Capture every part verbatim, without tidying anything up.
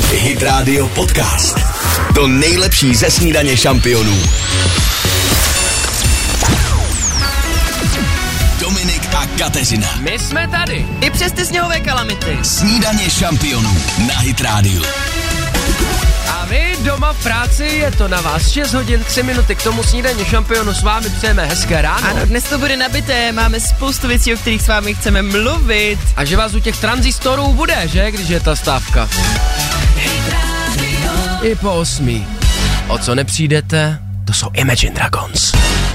Hit Radio Podcast. To nejlepší ze snídaně šampionů. Dominik a Kateřina. My jsme tady. I přes ty sněhové kalamity. Snídaně šampionů na Hit Radio. A vy doma v práci, je to na vás. šest hodin, tři minuty k tomu snídaně šampionu. S vámi přejeme hezké ráno. Ano, dnes to bude nabité, máme spoustu věcí, o kterých s vámi chceme mluvit. A že vás u těch tranzistorů bude, že, když je ta stávka. I po osmí. O co nepřijdete, to jsou Imagine Dragons.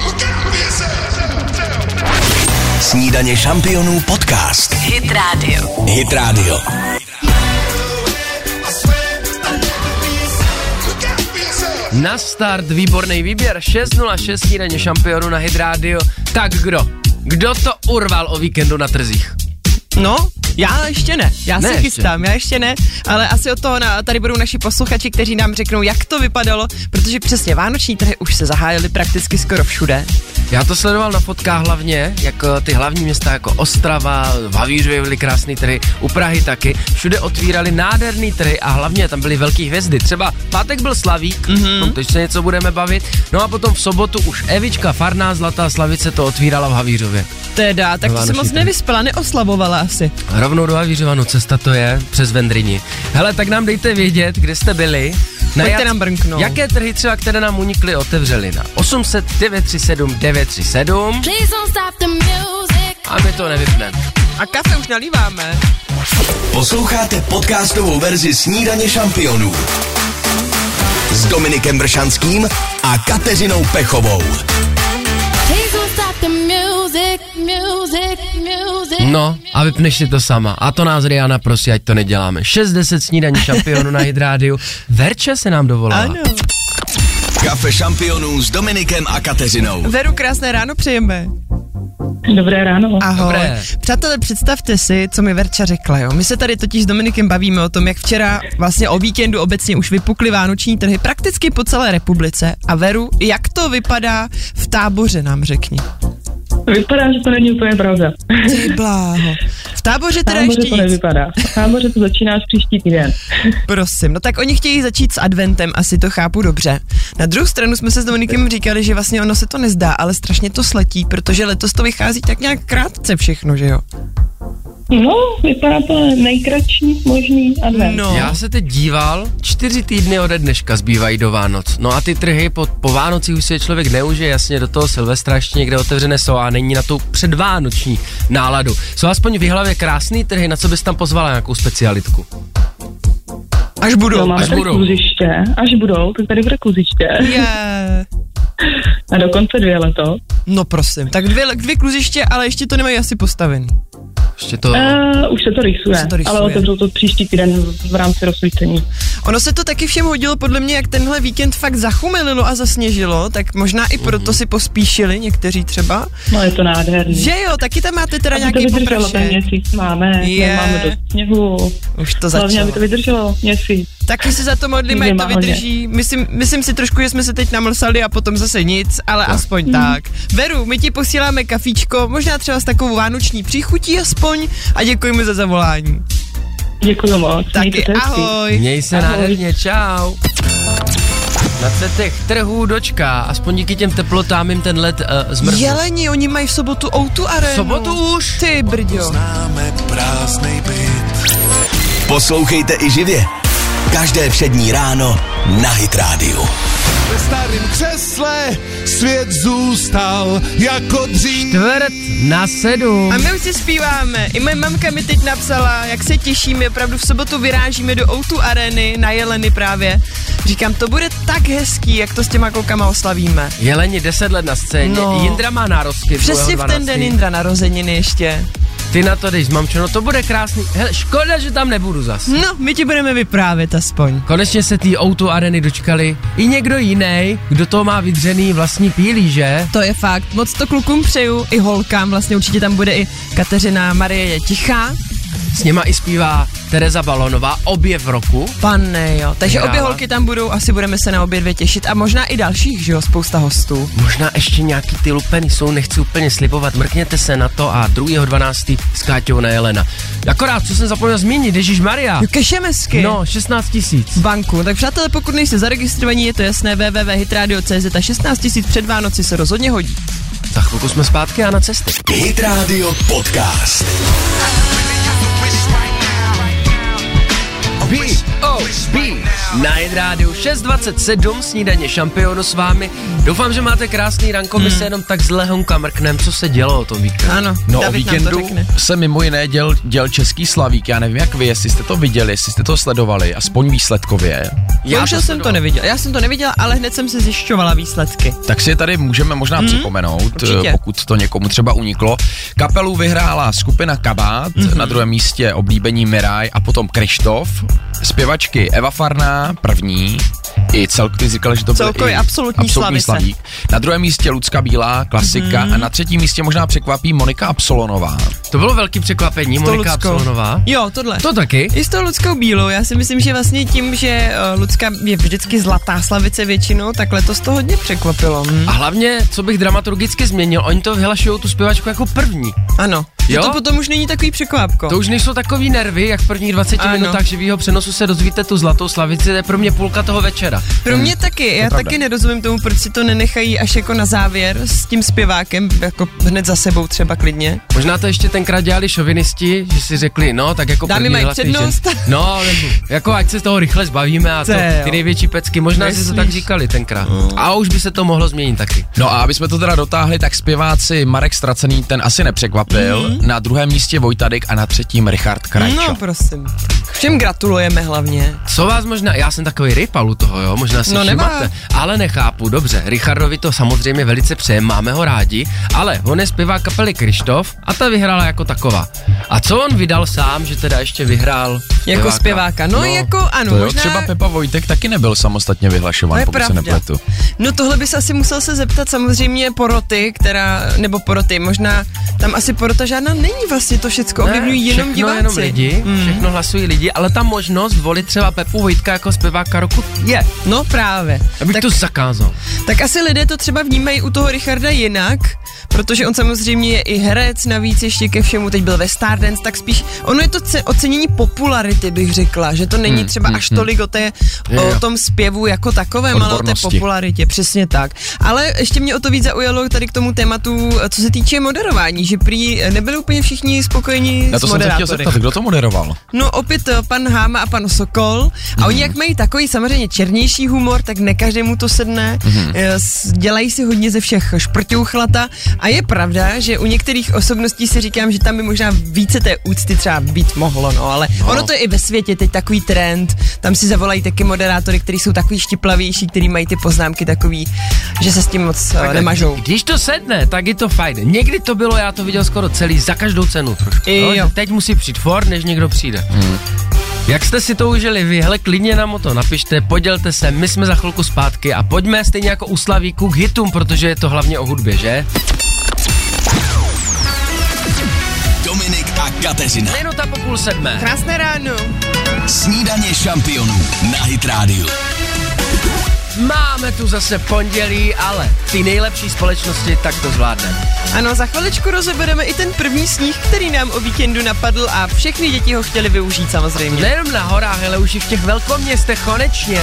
Snídaně šampionů podcast. Hit Radio. Hit Radio. Na start výborný výběr, šest nula šest snídaně šampionu na Hit Radio. Tak kdo? Kdo to urval o víkendu na trzích? No, já ještě ne, já ne se ještě. chystám, já ještě ne, ale asi od toho na, tady budou naši posluchači, kteří nám řeknou, jak to vypadalo, protože přesně vánoční trhy už se zahájily prakticky skoro všude. Já to sledoval na fotkách hlavně, jako ty hlavní města jako Ostrava, v Havířově byly krásný trhy, u Prahy taky, všude otvírali nádherný trhy a hlavně tam byly velký hvězdy, třeba pátek byl Slavík, mm-hmm. no, teď se něco budeme bavit, no a potom v sobotu už Evička Farná Zlatá Slavice to otvírala v Havířově. Teda, tak to se moc nevyspala, neoslavovala asi. Rovnou do Havířova, no cesta to je, přes Vendrini. Hele, tak nám dejte vědět, kde jste byli. Pojďte jak, nám brnknout. Jaké trhy třeba, které nám unikly, otevřeli na osm set devět tři sedm devět tři sedm a my to nevypneme. A kafe už nalíváme. Posloucháte podcastovou verzi Snídaně šampionů s Dominikem Bršanským a Kateřinou Pechovou. No, a vypneš si to sama. A to nás Rihanna prosí, ať to neděláme. šest deset snídaní šampionu na Hit Radio. Verče se nám dovolala. Ano. Kafe šampionů s Dominikem a Kateřinou. Veru, krásné ráno přejeme. Dobré ráno. Ahoj. Dobré. Přátelé, představte si, co mi Verča řekla, jo. My se tady totiž s Dominikem bavíme o tom, jak včera vlastně o víkendu obecně už vypukly vánoční trhy prakticky po celé republice. A Veru, jak to vypadá v Táboře, nám řekni. Vypadá, že to není úplně pravda. Ty bláho. V Táboře teda Táboře ještě to nic. nevypadá. V Táboře to začíná až příští týden. Prosím, no tak oni chtějí začít s adventem, asi to chápu dobře. Na druhou stranu jsme se s Dominikem říkali, že vlastně ono se to nezdá, ale strašně to sletí, protože letos to vychází tak nějak krátce všechno, že jo? No, vypadá to nejkratší možný advent. No. Já se teď díval, čtyři týdny ode dneška zbývají do Vánoc. No a ty trhy po, po Vánocích už se člověk neužije, jasně do toho Silvestra ještě někde otevřené jsou a není na tu předvánoční náladu. Jsou aspoň v hlavě krásný trhy, na co bys tam pozvala nějakou specialitku? Až budou, no, máme až tady budou. kluziště, až budou, tak tady bude kluziště. Je. A dokonce dvě leto. No prosím, tak dvě, dvě kluziště, ale ještě to nemají asi postavený. Ještě to... Uh, už se to rysuje, se to rysuje. ale otevřou to příští týden v rámci rozsvícení. Ono se to taky všem hodilo, podle mě, jak tenhle víkend fakt zachumelilo a zasněžilo, tak možná i proto si pospíšili někteří třeba. No je to nádherný. Že jo, taky tam máte teda aby nějaký to vydrželo ten poprašek. měsíc, máme, Je. máme dost sněhu. Už to Hlavně, začalo. aby to vydrželo měsíc. Taky se za to modlíme, ať to Minimálně. vydrží. Myslím, myslím si trošku, že jsme se teď namlsali a potom zase nic, ale tak. aspoň mm. tak. Veru, my ti posíláme kafíčko, možná třeba s takovou vánoční příchutí aspoň a děkujeme za zavolání. Děkuji moc. Taky ahoj. Měj se Ahoj. nádherně, čau. Na těch trhů dočká, aspoň díky těm teplotám jim ten led uh, zmrzl. Jeleni, oni mají v sobotu ó dva Arenu. V sobotu už? Ty brďo. Známe prázdnej byt. Poslouchejte i živě. Každé všední ráno na Hit Radio. Ve starém křesle svět zůstal jako dřív. Čtvrt na sedm. A my už si zpíváme. I moje mamka mi teď napsala, jak se těšíme, opravdu v sobotu vyrážíme do ó dva Areny na Jeleny právě. Říkám, to bude tak hezký, jak to s těma klukama oslavíme. Jeleni deset let na scéně, No. Jindra má nározky. Přesně v ten den Jindra narozeniny ještě. Ty na to jdeš, mamčo, no to bude krásný. Hele, škoda, že tam nebudu zas. No, my ti budeme vyprávět aspoň. Konečně se tý ó dva Areny dočkali i někdo jiný, kdo to má vydřený vlastní pílí, že? To je fakt, moc to klukům přeju, i holkám, vlastně určitě tam bude i Kateřina Marie je tichá. S nima i zpívá Tereza Balonová, Objev roku. Pane jo, takže Hrála. obě holky tam budou, asi budeme se na obě dvě těšit a možná i dalších, že jo, spousta hostů. Možná ještě nějaký ty lupeny jsou, nechci úplně slibovat, mrkněte se na to a druhého dvanáctého s Káťou na Jelena. Akorát, co jsem zapomněl zmínit, Ježišmarja. Jo, kešemesky. No, šestnáct tisíc. Banku. Tak přátelé, pokud nejste zaregistrovaní, je to jasné, w w w tečka hitradio tečka c z a šestnáct tisíc před Vánoci se rozhodně hodí. Za chvilku jsme zpátky a na cesty. Hit Radio Podcast. B O B na Hit Radio šest dvacet sedm, snídaně šampionu s vámi. Doufám, že máte krásný ranko, my se jenom tak z lehonka mrknem, co se dělo o tom víkendu. Ano, No David o nám to víkendu řekne. se mimo jiné děl, děl Český Slavík, já nevím jak vy, jestli jste to viděli, jestli jste to sledovali, aspoň výsledkově. Já už jsem sledoval. to neviděl. Já jsem to neviděla, ale hned jsem se zjišťovala výsledky. Tak si je tady můžeme možná mm, připomenout, určitě. pokud to někomu třeba uniklo. Kapelu vyhrála skupina Kabát, mm-hmm. na druhém místě oblíbení Miraj a potom Krištof, zpěvačky Eva Farná, první, i celkově říkali, že to byl Celkově i absolutní slavice. slavík. Na druhém místě Lucka Bílá, klasika, mm-hmm. a na třetím místě možná překvapí Monika Absolonová. To bylo velký překvapení, Monika Absolonová. Jo, tohle. To taky. I s tou Luckou Bílou, já si myslím, že vlastně tím, že uh, Lucka je vždycky zlatá slavice většinou, tak letos to hodně překvapilo. Hm. A hlavně, co bych dramaturgicky změnil, oni to vyhlašují tu zpěvačku jako první. Ano, že Jo? to potom už není takový překvápko. To už nejsou takový nervy, jak v prvních dvaceti Ano. minutách živýho přenosu se dozvíte tu zlatou slavici, to je pro mě půlka toho večera. Pro mě taky, já pravda. taky nerozumím tomu, proč si to nenechají až jako na závěr s tím zpěvákem, jako hned za sebou třeba klidně. Možná to ještě tenkrát dělali šovinisti, že si řekli, no tak jako Dámy první mají hlasy přednost. žen. No, nebo, jako ať se z toho rychle zbavíme a to, To je, ty jo. největší pecky, možná si to Myslíš? tak říkali tenkrát. A už by se to mohlo změnit taky. No a aby jsme to teda dotáhli, tak zpěváci Marek Stracený, ten asi nepřekvapil, mm-hmm. na druhém místě Vojtadek a na třetím Richard Krajčo. No prosím. Všem gratulujeme hlavně. Co vás možná, já jsem takový rypal u toho, jo, možná si No, všimáte, nemá. ale nechápu, dobře, Richardovi to samozřejmě velice přejeme, máme ho rádi, ale on je zpěvák kapely Krištof a ta vyhrála jako taková. A co on vydal sám, že teda ještě vyhrál zpěváka? Jako zpěváka. No, No, jako ano, To jo, možná... třeba Pepa Vojtek taky nebyl samostatně To vyhlašován, je pokud se pravda. nepletu. No tohle by se asi musel se zeptat samozřejmě poroty, která, nebo poroty, možná tam asi porota žádná není vlastně, to všecko ovlivňují jenom všechno diváci. jenom lidi, Mm. všechno hlasují lidi, ale ta možnost volit třeba Pepu Vojtka jako zpěváka roku je. No právě. Abych Tak, to zakázal. tak asi lidé to třeba vnímají u toho Richarda jinak, protože on samozřejmě je i herec, navíc ještě ke všemu, teď byl ve Stardance, tak spíš, ono je to ce- ocenění popularity, bych řekla, že to není Hmm, třeba hmm, až tolik o, té, Je, o jo. tom zpěvu jako takovém, ale o té Odbornosti. popularitě, přesně tak. Ale ještě mě o to víc zaujalo tady k tomu tématu, co se týče moderování, že prý nebyli úplně všichni spokojení Na to s jsem se chtěl moderátory. zeptat, kdo to moderoval? No opět eh, pan Háma a pan Sokol. A oni jak mají takový samozřejmě černější humor, tak ne každému to sedne. Mm-hmm. Dělají si hodně ze všech šprťouchlata. A je pravda, že u některých osobností si říkám, že tam by možná více té úcty třeba být mohlo, no. Ale no. ono to je i ve světě teď takový trend. Tam si zavolají taky moderátory, kteří jsou takový štiplavější, který mají ty poznámky takový, že se s tím moc eh, nemažou. Když to sedne, tak je to fajn. Někdy to bylo, já to viděl skoro celý, za každou cenu trošku. I No, jo. teď musí přijít for, než někdo přijde. Hmm. Jak jste si to užili vy? Hele, klidně nám o to napište, podělte se, my jsme za chvilku zpátky a pojďme stejně jako u Slavíku k hitům, protože je to hlavně o hudbě, že? Dominik a Kateřina. Minuta po půl sedmé. Krásné ráno. Snídaně šampionů na Hit Radio. Máme tu zase pondělí, ale ty nejlepší společnosti tak to zvládne. Ano, za chviličku rozebereme i ten první sníh, který nám o víkendu napadl a všechny děti ho chtěli využít samozřejmě. Nejenom na horách, ale už i v těch velkoměstech konečně.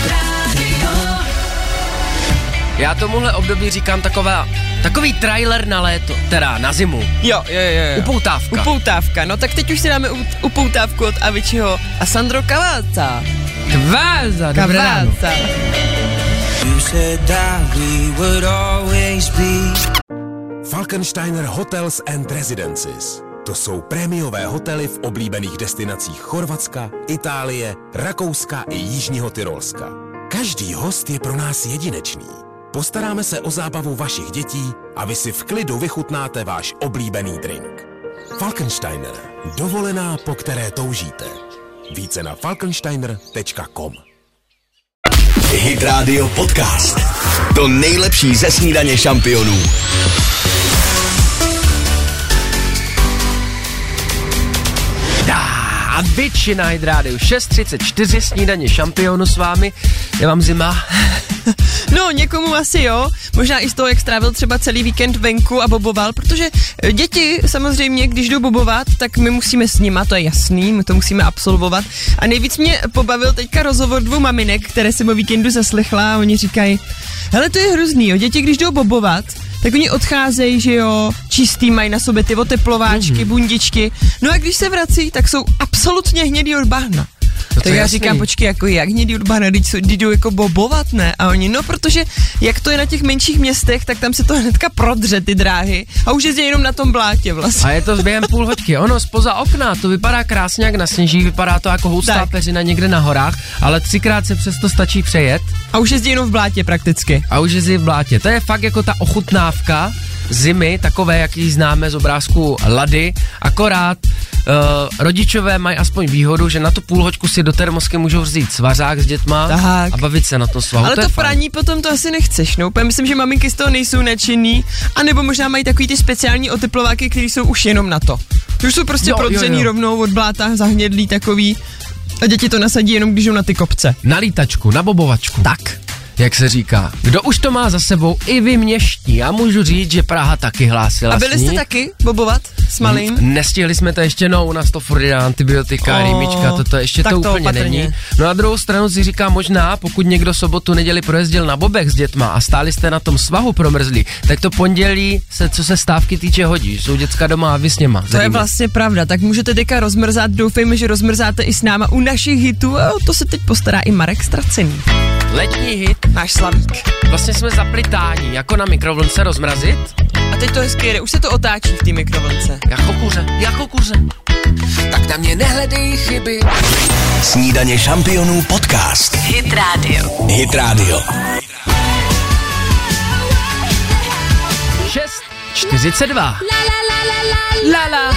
Já tomuhle období říkám taková, takový trailer na léto, teda na zimu. Jo, jo, jo, jo. Upoutávka. Upoutávka, no tak teď už si dáme u- upoutávku od Aviciiho a Sandro Cavazza. Kváza, dobré ráno. Cavazza. Falkensteiner Hotels and Residences. To jsou prémiové hotely v oblíbených destinacích Chorvatska, Itálie, Rakouska i Jižního Tyrolska. Každý host je pro nás jedinečný. Postaráme se o zábavu vašich dětí a vy si v klidu vychutnáte váš oblíbený drink. Falkensteiner. Dovolená, po které toužíte. Více na falkensteiner tečka com. Hit Radio Podcast. To nejlepší ze snídaně šampionů. Dá a Viči na Hit Radio. šest třicet čtyři, snídaně šampionu s vámi. Je vám zima? No, někomu asi jo, možná i z toho, jak strávil třeba celý víkend venku a boboval, protože děti samozřejmě, když jdou bobovat, tak my musíme s nima, to je jasný, my to musíme absolvovat. A nejvíc mě pobavil teďka rozhovor dvou maminek, které jsem o víkendu zaslechla a oni říkají, hele, to je hrozný, jo, děti, když jdou bobovat, tak oni odcházejí, že jo, čistý, mají na sobě ty oteplováčky, mm-hmm. bundičky, no a když se vrací, tak jsou absolutně hnědý od bahna. No tak já jasný. Říkám, počkej, jako jak hnědý od bahna, když jdou jako bobovat, ne? A oni, no protože jak to je na těch menších městech, tak tam se to hnedka prodře ty dráhy a už jezdí jenom na tom blátě vlastně. A je to během půl hoďky, ono spoza okna, to vypadá krásně jak na sněží, vypadá to jako hustá tak. peřina někde na horách, ale třikrát se přesto stačí přejet. A už jezdí jenom v blátě prakticky. A už jezdí v blátě, to je fakt jako ta ochutnávka zimy, takové, jaký známe z obrázku Lady, akorát Uh, rodičové mají aspoň výhodu, že na tu půlhoďku si do termosky můžou vzít svařák s dětma tak. a bavit se na tom svahu. Ale to, to praní potom to asi nechceš, no. Myslím, že maminky z toho nejsou nadšený, anebo možná mají takový ty speciální oteplováky, které jsou už jenom na to. Už jsou prostě jo, prodřený jo, jo. rovnou od bláta, zahnědlý takový a děti to nasadí jenom, když jdou na ty kopce. Na lítačku, na bobovačku. Tak. Jak se říká. Kdo už to má za sebou, i vy měští. Já můžu říct, že Praha taky hlásila. A byli jste taky bobovat s malým? N- nestihli jsme to ještě, no, u nás to furt jde antibiotika, oh, rýmička, toto ještě to, to úplně opatrně. Není. No na druhou stranu si říká možná, pokud někdo sobotu, neděli projezdil na bobek s dětma a stáli jste na tom svahu promrzlí, tak to pondělí se, co se stávky týče, hodí. Jsou děcka doma a vy s něma. To je vlastně pravda, tak můžete teďka rozmrzat, doufejme, že rozmrzáte i s náma u našich hitů a to se teď postará i Marek Stracený. Letní hit. Náš slavík. Vlastně jsme zaplitání, jako na mikrovlnce rozmrazit. A teď to hezky jede, už se to otáčí v té mikrovlnce. Jako kuře, jako kuře. Tak na mě nehledej chyby. Snídaně šampionů podcast. Hit Radio. Hit Radio. šest čtyřicet dva. Lala.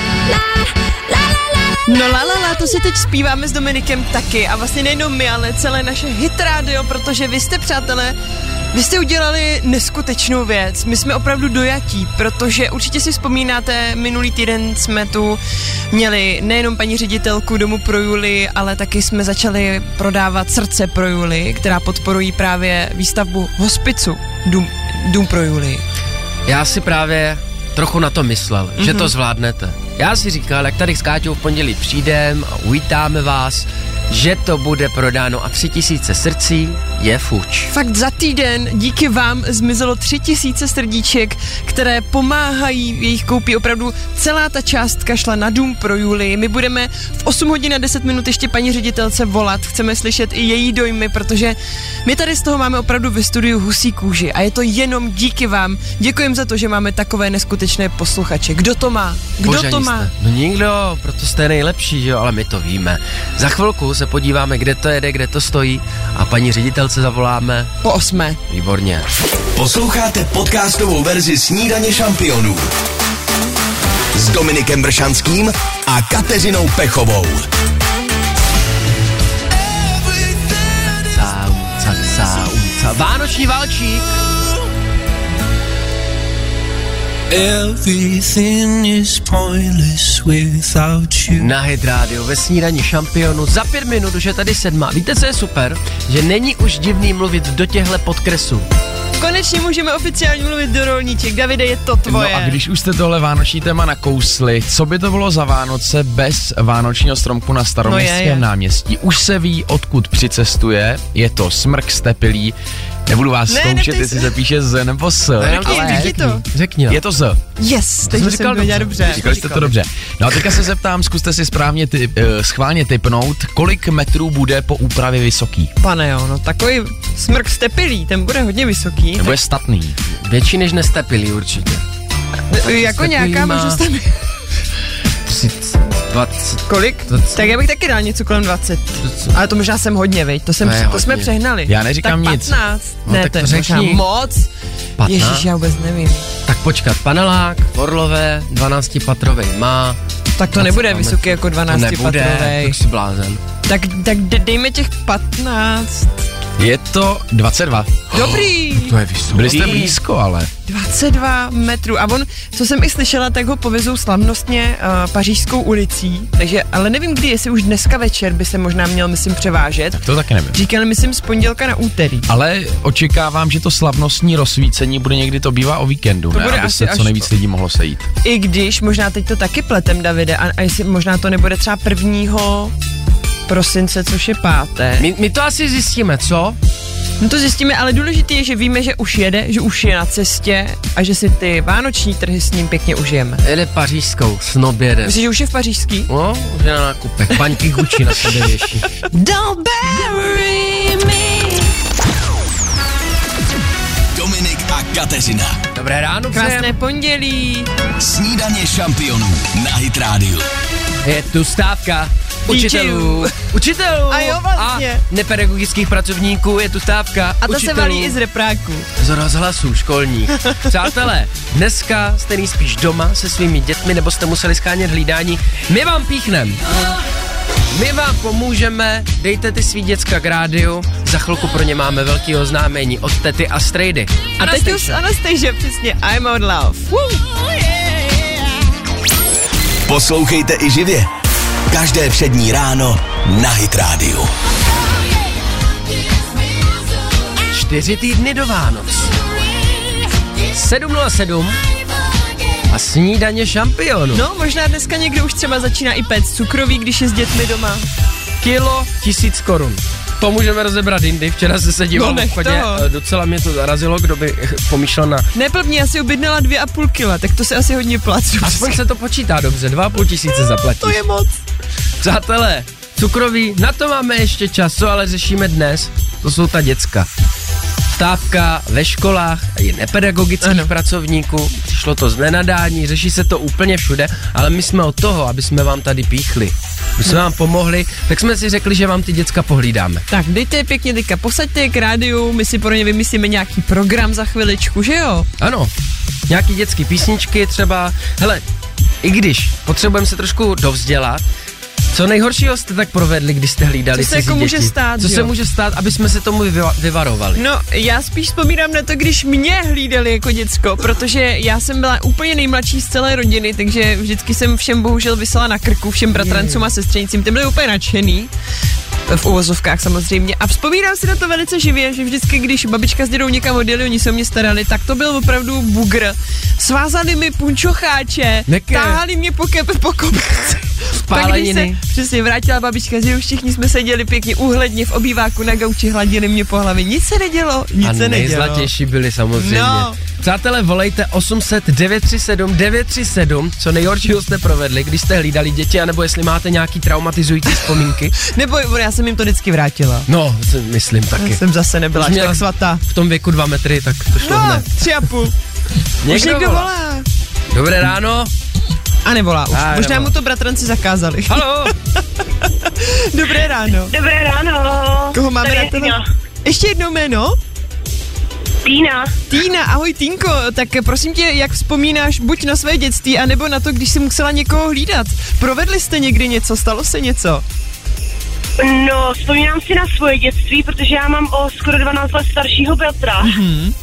No la la la, to si teď zpíváme s Dominikem taky a vlastně nejenom my, ale celé naše Hit Radio, protože vy jste, přátelé, vy jste udělali neskutečnou věc. My jsme opravdu dojatí, protože určitě si vzpomínáte, minulý týden jsme tu měli nejenom paní ředitelku Domu pro Julii, ale taky jsme začali prodávat Srdce pro Julii, která podporují právě výstavbu hospicu Dům, Dům pro Julii. Já si právě trochu na to myslel, mm-hmm. že to zvládnete. Já si říkal, jak tady s Káťou v pondělí přijdem a uvítáme vás, že to bude prodáno a tři tisíce srdcí je fuč. Fakt za týden díky vám zmizelo tři tisíce srdíček, které pomáhají v jejich koupi. Opravdu celá ta částka šla na Dům pro Julii. My budeme v osm hodin a deset minut ještě paní ředitelce volat. Chceme slyšet i její dojmy, protože my tady z toho máme opravdu ve studiu husí kůži a je to jenom díky vám. Děkujeme za to, že máme takové neskutečné posluchače. Kdo to má? Kdo Božaní to má? Jste. No nikdo, proto jste nejlepší, že jo, ale my to víme. Za chvilku se podíváme, kde to jede, kde to stojí a paní ředitelce zavoláme. Po osmé. Výborně. Posloucháte podcastovou verzi Snídaně šampionů s Dominikem Bršanským a Kateřinou Pechovou. Ca, ca, ca, ca. Vánoční válčík. Everything is pointless without you. Na Hit Radio ve Snídani šampionu. Za pět minut už je tady sedma. Víte, co je super? Že není už divný mluvit do těchto podkresů. Konečně můžeme oficiálně mluvit do rolníček. Davide, je to tvoje. No a když už jste tohle vánoční téma nakousli, co by to bylo za Vánoce bez vánočního stromku na Staroměstském no je, je. náměstí? Už se ví, odkud přicestuje. Je to smrk stepilý. Nebudu vás ne, zkoušet, jestli se píše Z nebo S. Ne, ale řekni to. Řekni. Je to Z. Yes, teď jsem říkal dobře. dobře. Říkali jste to dobře. No a teďka se zeptám, zkuste si správně ty, uh, schválně tipnout, kolik metrů bude po úpravě vysoký. Pane jo, no takový smrk stepilý, ten bude hodně vysoký. Ten bude statný. Větší než nestepilý určitě. Jako nějaká má... možnost tam... dvacet. Kolik? dvacet. Tak já bych taky dal něco kolem dvacet. dvacet. Ale to možná jsem hodně, veď? To, jsem, to, to hodně. jsme přehnali. Já neříkám tak nic. patnáct. No, ne, tak to je to možná moc. patnáct. Ježíš, já vůbec nevím. Tak počkat, panelák, Orlové, dvanáctipatrovej má. Tak to nebude vysoký jako dvanáctipatrovej. To nebude, tak si blázen. Tak, tak dejme těch patnáct. Je to dvacet dva. Dobrý. To je vysoký. Byli jste blízko, ale. dvacet dva metrů. A on, co jsem i slyšela, tak ho povezou slavnostně uh, Pařížskou ulicí. Takže, ale nevím kdy, jestli už dneska večer by se možná měl, myslím, převážet. To taky nevím. Říkali, myslím, z pondělka na úterý. Ale očekávám, že to slavnostní rozsvícení bude někdy, to bývá o víkendu, To ne? bude Aby asi se co až- nejvíc lidí mohlo sejít. I když, možná teď to taky pletem, Davide, a, a jestli možná to nebude třeba prvního prosince, což je páté. My, my to asi zjistíme, co? No to zjistíme, ale důležité je, že víme, že už jede, že už je na cestě a že si ty vánoční trhy s ním pěkně užijeme. Jede pařížskou, snob jede. Myslíš, že už je v pařížský? No, už je na nákupech. Paňky Gucci na sebe věší. Don't bury me. Dominik a Kateřina. Dobré ráno Krásné všem. pondělí. Snídaně šampionů na Hit Radio. Je tu stávka učitelů. Učitelů. A jo, vlastně. A nepedagogických pracovníků je tu stávka A to učitelů. se valí i z repráků. Z rozhlasů školních. Přátelé, dneska jste nejspíš doma se svými dětmi, nebo jste museli schánět hlídání. My vám píchnem. My vám pomůžeme, dejte ty svý děcka k rádiu, za chvilku pro ně máme velký oznámení od tety a strejdy. A teď už Anastasia, přesně, I'm on love. Woo. Poslouchejte i živě. Každé všední ráno na Hit Radio. Čtyři týdny do Vánoc. sedm nula sedm a snídaně šampionů. No, možná dneska někdo už třeba začíná i péct cukroví, když je s dětmi doma. Kilo tisíc korun. To můžeme rozebrat jindy. Včera se se díval No, v nech obchodě, toho. docela mě to zarazilo, kdo by pomýšlel na... Neplbně, já si objednala dvě a půl kila, tak to se asi hodně placů. Aspoň se to počítá dobře, dva a půl tisíce zaplatíš. To je moc. Přátelé, cukroví, na to máme ještě čas, co ale řešíme dnes, to jsou ta děcka. Stávka ve školách a i nepedagogických Ano. pracovníků, přišlo to z nenadání, řeší se to úplně všude, ale my jsme od toho, aby jsme vám tady píchli. My jsme vám pomohli, tak jsme si řekli, že vám ty děcka pohlídáme. Tak dejte je pěkně teďka, posaďte je k rádiu, my si pro ně vymyslíme nějaký program za chviličku, že jo? Ano, nějaký dětský písničky třeba, hele, i když potřebujeme se trošku dovzdělat, co nejhoršího jste tak provedli, když jste hlídali Co se cizí jako může děti? stát, Co že se jo? může stát, aby jsme se tomu vyva- vyvarovali? No, já spíš vzpomínám na to, když mě hlídali jako děcko, protože já jsem byla úplně nejmladší z celé rodiny, takže vždycky jsem všem bohužel visela na krku, všem bratrancům a sestřenicím, ty byli úplně nadšený. V uvozovkách samozřejmě. A vzpomínám si na to velice živě, že vždycky, když babička s dědou někam odjeli, oni se o mě starali, tak to byl opravdu bugr. Svázali mi punčocháče, Neké. táhali mě po kepe po kopci. Pak když Spáleniny. se přesně vrátila babička s dědou, všichni jsme seděli pěkně uhledně v obýváku na gauči, hladili mě po hlavě. Nic se nedělo, nic A se nedělo. nejzlatější byli samozřejmě. No. Přátelé, volejte osm set devět tři sedm devět tři sedm, co nejhoršího jste provedli, když jste hlídali děti, anebo jestli máte nějaký traumatizující vzpomínky. Nebo já jsem jim to vždycky vrátila. No, si myslím taky. Já jsem zase nebyla Už až měla tak svatá. V tom věku dva metry, tak to šlo No, hned. tři a půl. Už někdo volá. Dobré ráno. A nevolá už. A, Možná nevolá. mu to bratranci zakázali. Halo. Dobré ráno. Dobré ráno. Koho máme Tady na je tebe? Týna. Ještě jedno jméno? Týna. Týna, ahoj Týnko, tak prosím tě, jak vzpomínáš buď na své dětství, anebo na to, když jsi musela někoho hlídat? Provedli jste někdy něco, stalo se něco? No, vzpomínám si na svoje dětství, protože já mám o skoro dvanáct let staršího bratra. Mhm.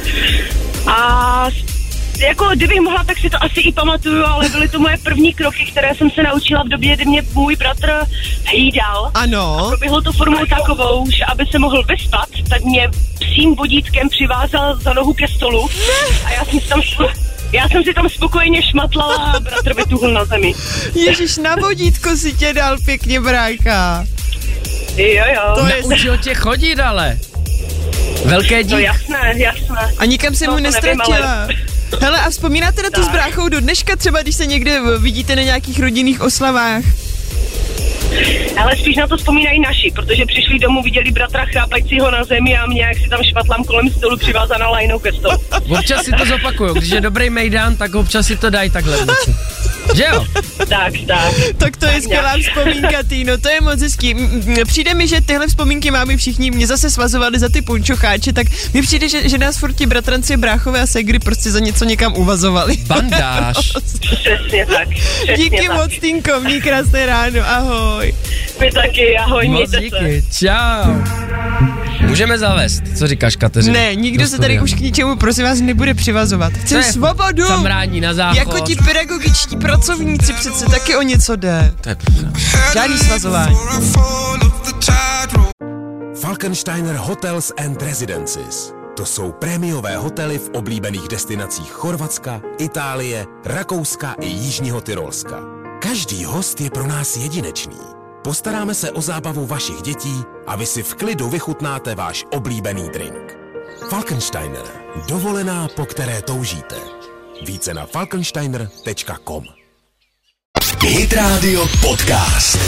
A jako kdybych mohla, tak si to asi i pamatuju, ale byly to moje první kroky, které jsem se naučila v době, kdy mě můj bratr hlídal. Ano. Proběhlo to formou takovou, že aby se mohl vyspat, tak mě psím vodítkem přivázal za nohu ke stolu a já jsem si tam já jsem si tam spokojeně šmatlala a bratr vytuhl na zemi. Ježiš, na vodítko si tě dal pěkně, brácha. Jo, jo. To je Naučil tě chodit, ale. Velké No dík. jasné, jasné. A nikam se No, mu to nevím, nestratila. ale- Hele, a vzpomínáte na to s Tak. bráchou do dneška třeba, když se někde vidíte na nějakých rodinných oslavách? Ale spíš na to vzpomínají naši, protože přišli domů, viděli bratra chrápajícího na zemi a mě, jak si tam šmatlám kolem stolu přivázaná lajnou ke stolu. Občas si to zopakuju, když je dobrý mejdan, tak občas si to dají takhle v noci. Že jo? Tak, tak. Tak to je skvělá vzpomínka, Týno, to je moc hezký. M- m- Přijde mi, že tyhle vzpomínky máme všichni, mě zase svazovali za ty punčocháče, tak mi přijde, že, že nás furt ti bratranci, bráchové a segry prostě za něco někam uvazovali. Bandáž. Přesně tak. Přesně Díky tak. moc, Týnko, měj krásné ráno, ahoj. Vy taky, ahoj, Moc mějte se. díky. Čau. Můžeme zavést, co říkáš, Kateřino? Ne, nikdo se tady už k ničemu, prosím vás, nebude přivazovat. Chcem svobodu! Samrání na záchod. Jako ti pedagogičtí pracovníci přece taky o něco jde. To je pravda. Žádný svazování. Falkensteiner Hotels and Residences. To jsou prémiové hotely v oblíbených destinacích Chorvatska, Itálie, Rakouska i Jižního Tyrolska. Každý host je pro nás jedinečný. Postaráme se o zábavu vašich dětí a vy si v klidu vychutnáte váš oblíbený drink. Falkensteiner. Dovolená, po které toužíte. Více na falkensteiner tečka com. Hit Radio Podcast.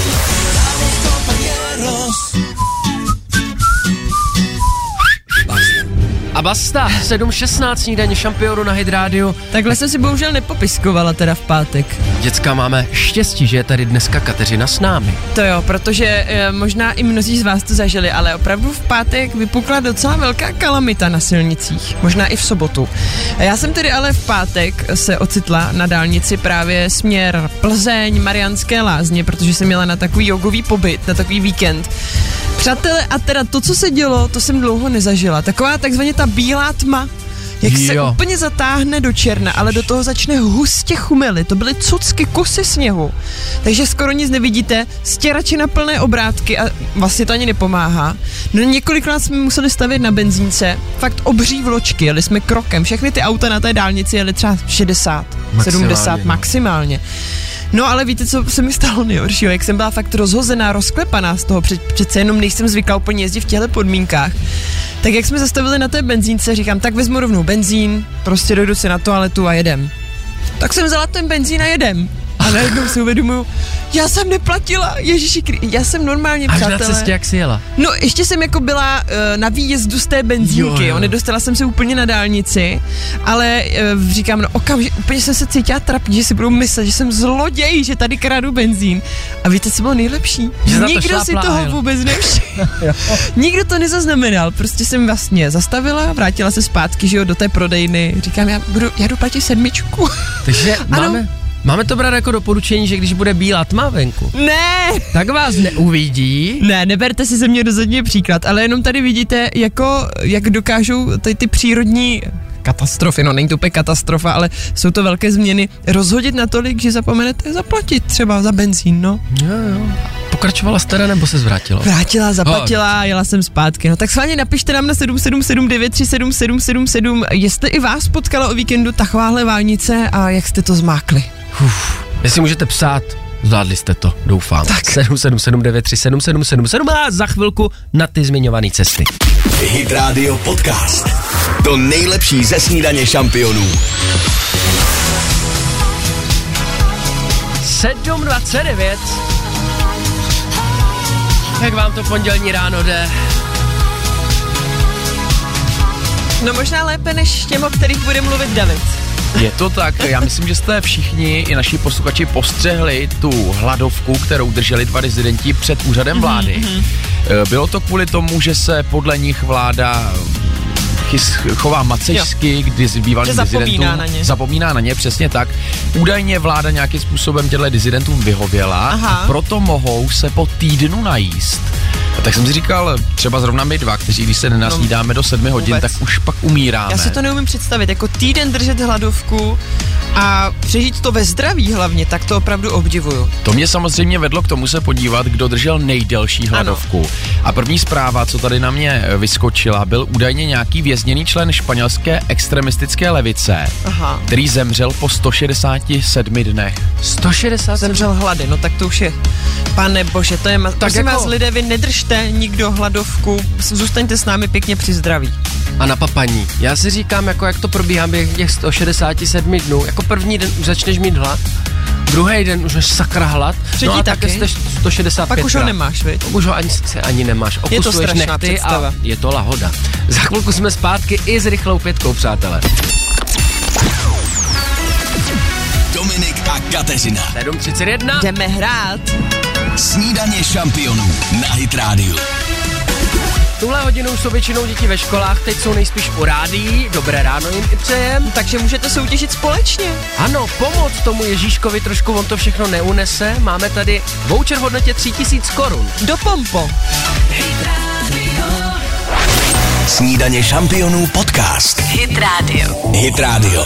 A basta, sedm šestnáct snídaně šampionu na Hit Radio. Takhle jsem si bohužel nepopiskovala teda v pátek. Děcka, máme štěstí, že je tady dneska Kateřina s námi. To jo, protože e, možná i mnozí z vás to zažili, ale opravdu v pátek vypukla docela velká kalamita na silnicích. Možná i v sobotu. Já jsem tedy ale v pátek se ocitla na dálnici právě směr Plzeň, Mariánské Lázně, protože jsem měla na takový jogový pobyt, na takový víkend. Přátelé, a teda to, co se dělo, to jsem dlouho nezažila. Taková takzvaně ta bílá tma, jak jo. se úplně zatáhne do černa, ale do toho začne hustě chumelit. To byly cucky, kusy sněhu. Takže skoro nic nevidíte, stěrači na plné obrátky a vlastně to ani nepomáhá. No několikrát jsme museli stavět na benzínce, fakt obří vločky, jeli jsme krokem. Všechny ty auta na té dálnici jeli třeba šedesát, maximálně, sedmdesát no. maximálně. No ale víte, co se mi stalo nejhoršího, jak jsem byla fakt rozhozená, rozklepaná z toho, Před, přece jenom nejsem zvyklá úplně jezdit v těchto podmínkách. Tak jak jsme zastavili na té benzínce, říkám, tak vezmu rovnou benzín, prostě dojdu si na toaletu a jedem. Tak jsem vzala ten benzín a jedem. A najednou si uvědomuju, já jsem neplatila, ježiši, já jsem normálně, přátelé. Až na cestě, jak jsi jela? No, ještě jsem jako byla uh, na výjezdu z té benzínky, jo, jo. Nedostala jsem se úplně na dálnici, ale uh, říkám, no okamžitě, úplně jsem se cítila trapně, že si budou myslet, že jsem zloděj, že tady kradu benzín. A víte, co bylo nejlepší? Že nikdo to si toho vůbec nevšiml. Nikdo to nezaznamenal, prostě jsem vlastně zastavila, vrátila se zpátky, že jo, do té prodejny, říkám, já budu, já jdu platit sedmičku. Takže máme... Máme to brát jako doporučení, že když bude bílá tma venku, ne, tak vás neuvidí. Ne, neberte si ze mě rozhodně příklad, ale jenom tady vidíte, jako, jak dokážou ty, ty přírodní katastrofy, no není to úplně katastrofa, ale jsou to velké změny, rozhodit natolik, že zapomenete zaplatit třeba za benzín, no. Jo, jo. Pokračovala jste, nebo se zvrátila? Vrátila, zaplatila, oh. jela jsem zpátky. No tak schválně napište nám na sedm sedm sedm devět tři sedm sedm sedm sedm, jestli i vás potkala o víkendu takováhle válnice a jak jste to zmákli. Uf, jestli můžete psát, zvládli jste to, doufám. Tak. sedm sedm sedm devět tři sedm sedm sedm sedm a za chvilku na ty zmiňované cesty. Hit Radio Podcast. To nejlepší ze snídaně šampionů. sedm dvacet devět. Jak vám to pondělní ráno jde? No možná lépe než těm, o kterých bude mluvit David. Je to tak, já myslím, že jste všichni i naši posluchači postřehli tu hladovku, kterou drželi dva dizidenti před úřadem vlády. Mm-hmm. Bylo to kvůli tomu, že se podle nich vláda chys, chová macešsky k diz, bývalým dizidentům. Na ně. Zapomíná na ně, přesně tak. Údajně vláda nějakým způsobem těchto dizidentům vyhověla. Aha. A proto mohou se po týdnu najíst. A tak jsem si říkal, třeba zrovna my dva, kteří když se nenasnídáme do sedmi hodin, vůbec. Tak už pak umíráme. Já si to neumím představit, jako týden držet hladovku a přežít to ve zdraví hlavně, tak to opravdu obdivuju. To mě samozřejmě vedlo k tomu se podívat, kdo držel nejdelší hladovku. Ano. A první zpráva, co tady na mě vyskočila, byl údajně nějaký vězněný člen španělské extremistické levice, Aha. který zemřel po sto šedesáti sedmi dnech. sto šedesát Zemřel hlady, no tak to už je, pane bože, to je, ma- tak jako... vás lidé, vy nedržte nikdo hladovku, zůstaňte s námi pěkně při zdraví. A na papaní. Já si říkám, jako jak to probíhá během těch sto šedesáti sedmi dnů, jako první den už začneš mít hlad, druhý den už máš sakra hlad, třetí no a taky. Tak jste sto šedesát pět. Pak už ho nemáš, viď? Už ho ani, ani nemáš. Okusuješ je to strašná nechty představa. A je to lahoda. Za chvilku jsme zpátky i s rychlou pětkou, přátelé. Dominik a Kateřina. sedm třicet jedna. Jdeme hrát. Snídaně šampionů na Hit Radio. Tuhle hodinu jsou většinou děti ve školách, teď jsou nejspíš u rádií, dobré ráno jim i přejem. Takže můžete soutěžit společně. Ano, pomoc tomu Ježíškovi, trošku on to všechno neunese, máme tady voucher v hodnotě tři tisíce korun. Do Pompo. Hit Radio. Snídaně šampionů podcast. Hit Radio. Hit Radio.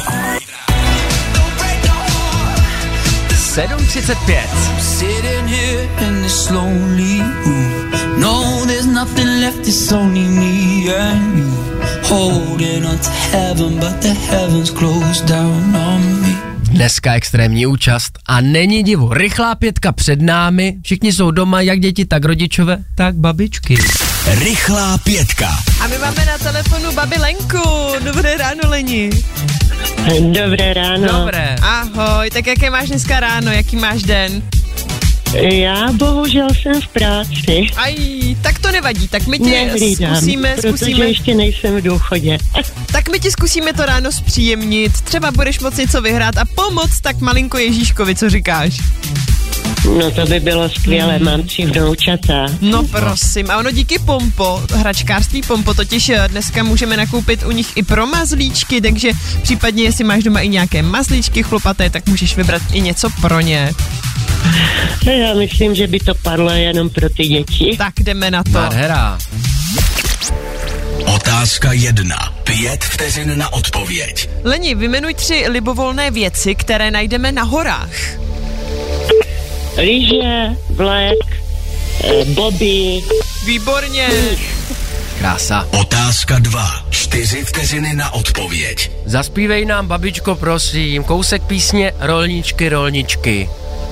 sedm třicet pět. Sitting here in this lonely room. No, there's nothing left, it's only me and you. Holding on to heaven, but the heavens closed down on me. Dneska extrémní účast a není divu. Rychlá pětka před námi, všichni jsou doma, jak děti, tak rodičové, tak babičky. Rychlá pětka. A my máme na telefonu babi Lenku. Dobré ráno, Leni. Dobré ráno. Dobré. Ahoj, tak jaké máš dneska ráno, jaký máš den? Já bohužel jsem v práci. Aj, tak to nevadí, tak my ti Nehlídám, zkusíme, protože zkusíme, ještě nejsem v důchodě. tak my ti zkusíme to ráno zpříjemnit, třeba budeš moc něco vyhrát a pomoct tak malinko Ježíškovi, co říkáš? No to by bylo skvělé, mám tři vnoučata. No prosím, a ono díky Pompo, hračkářství Pompo, totiž dneska můžeme nakoupit u nich i pro mazlíčky, takže případně jestli máš doma i nějaké mazlíčky chlupaté, tak můžeš vybrat i něco pro ně. Já myslím, že by to padlo jenom pro ty děti. Tak jdeme na to. Nádhera. Otázka jedna. Pět vteřin na odpověď. Leni, vyjmenuj tři libovolné věci, které najdeme na horách. Lyže, vlek, eh, boby. Výborně. Krása. Otázka dva. Čtyři vteřiny na odpověď. Zaspívej nám, babičko, prosím, kousek písně Rolničky, rolničky.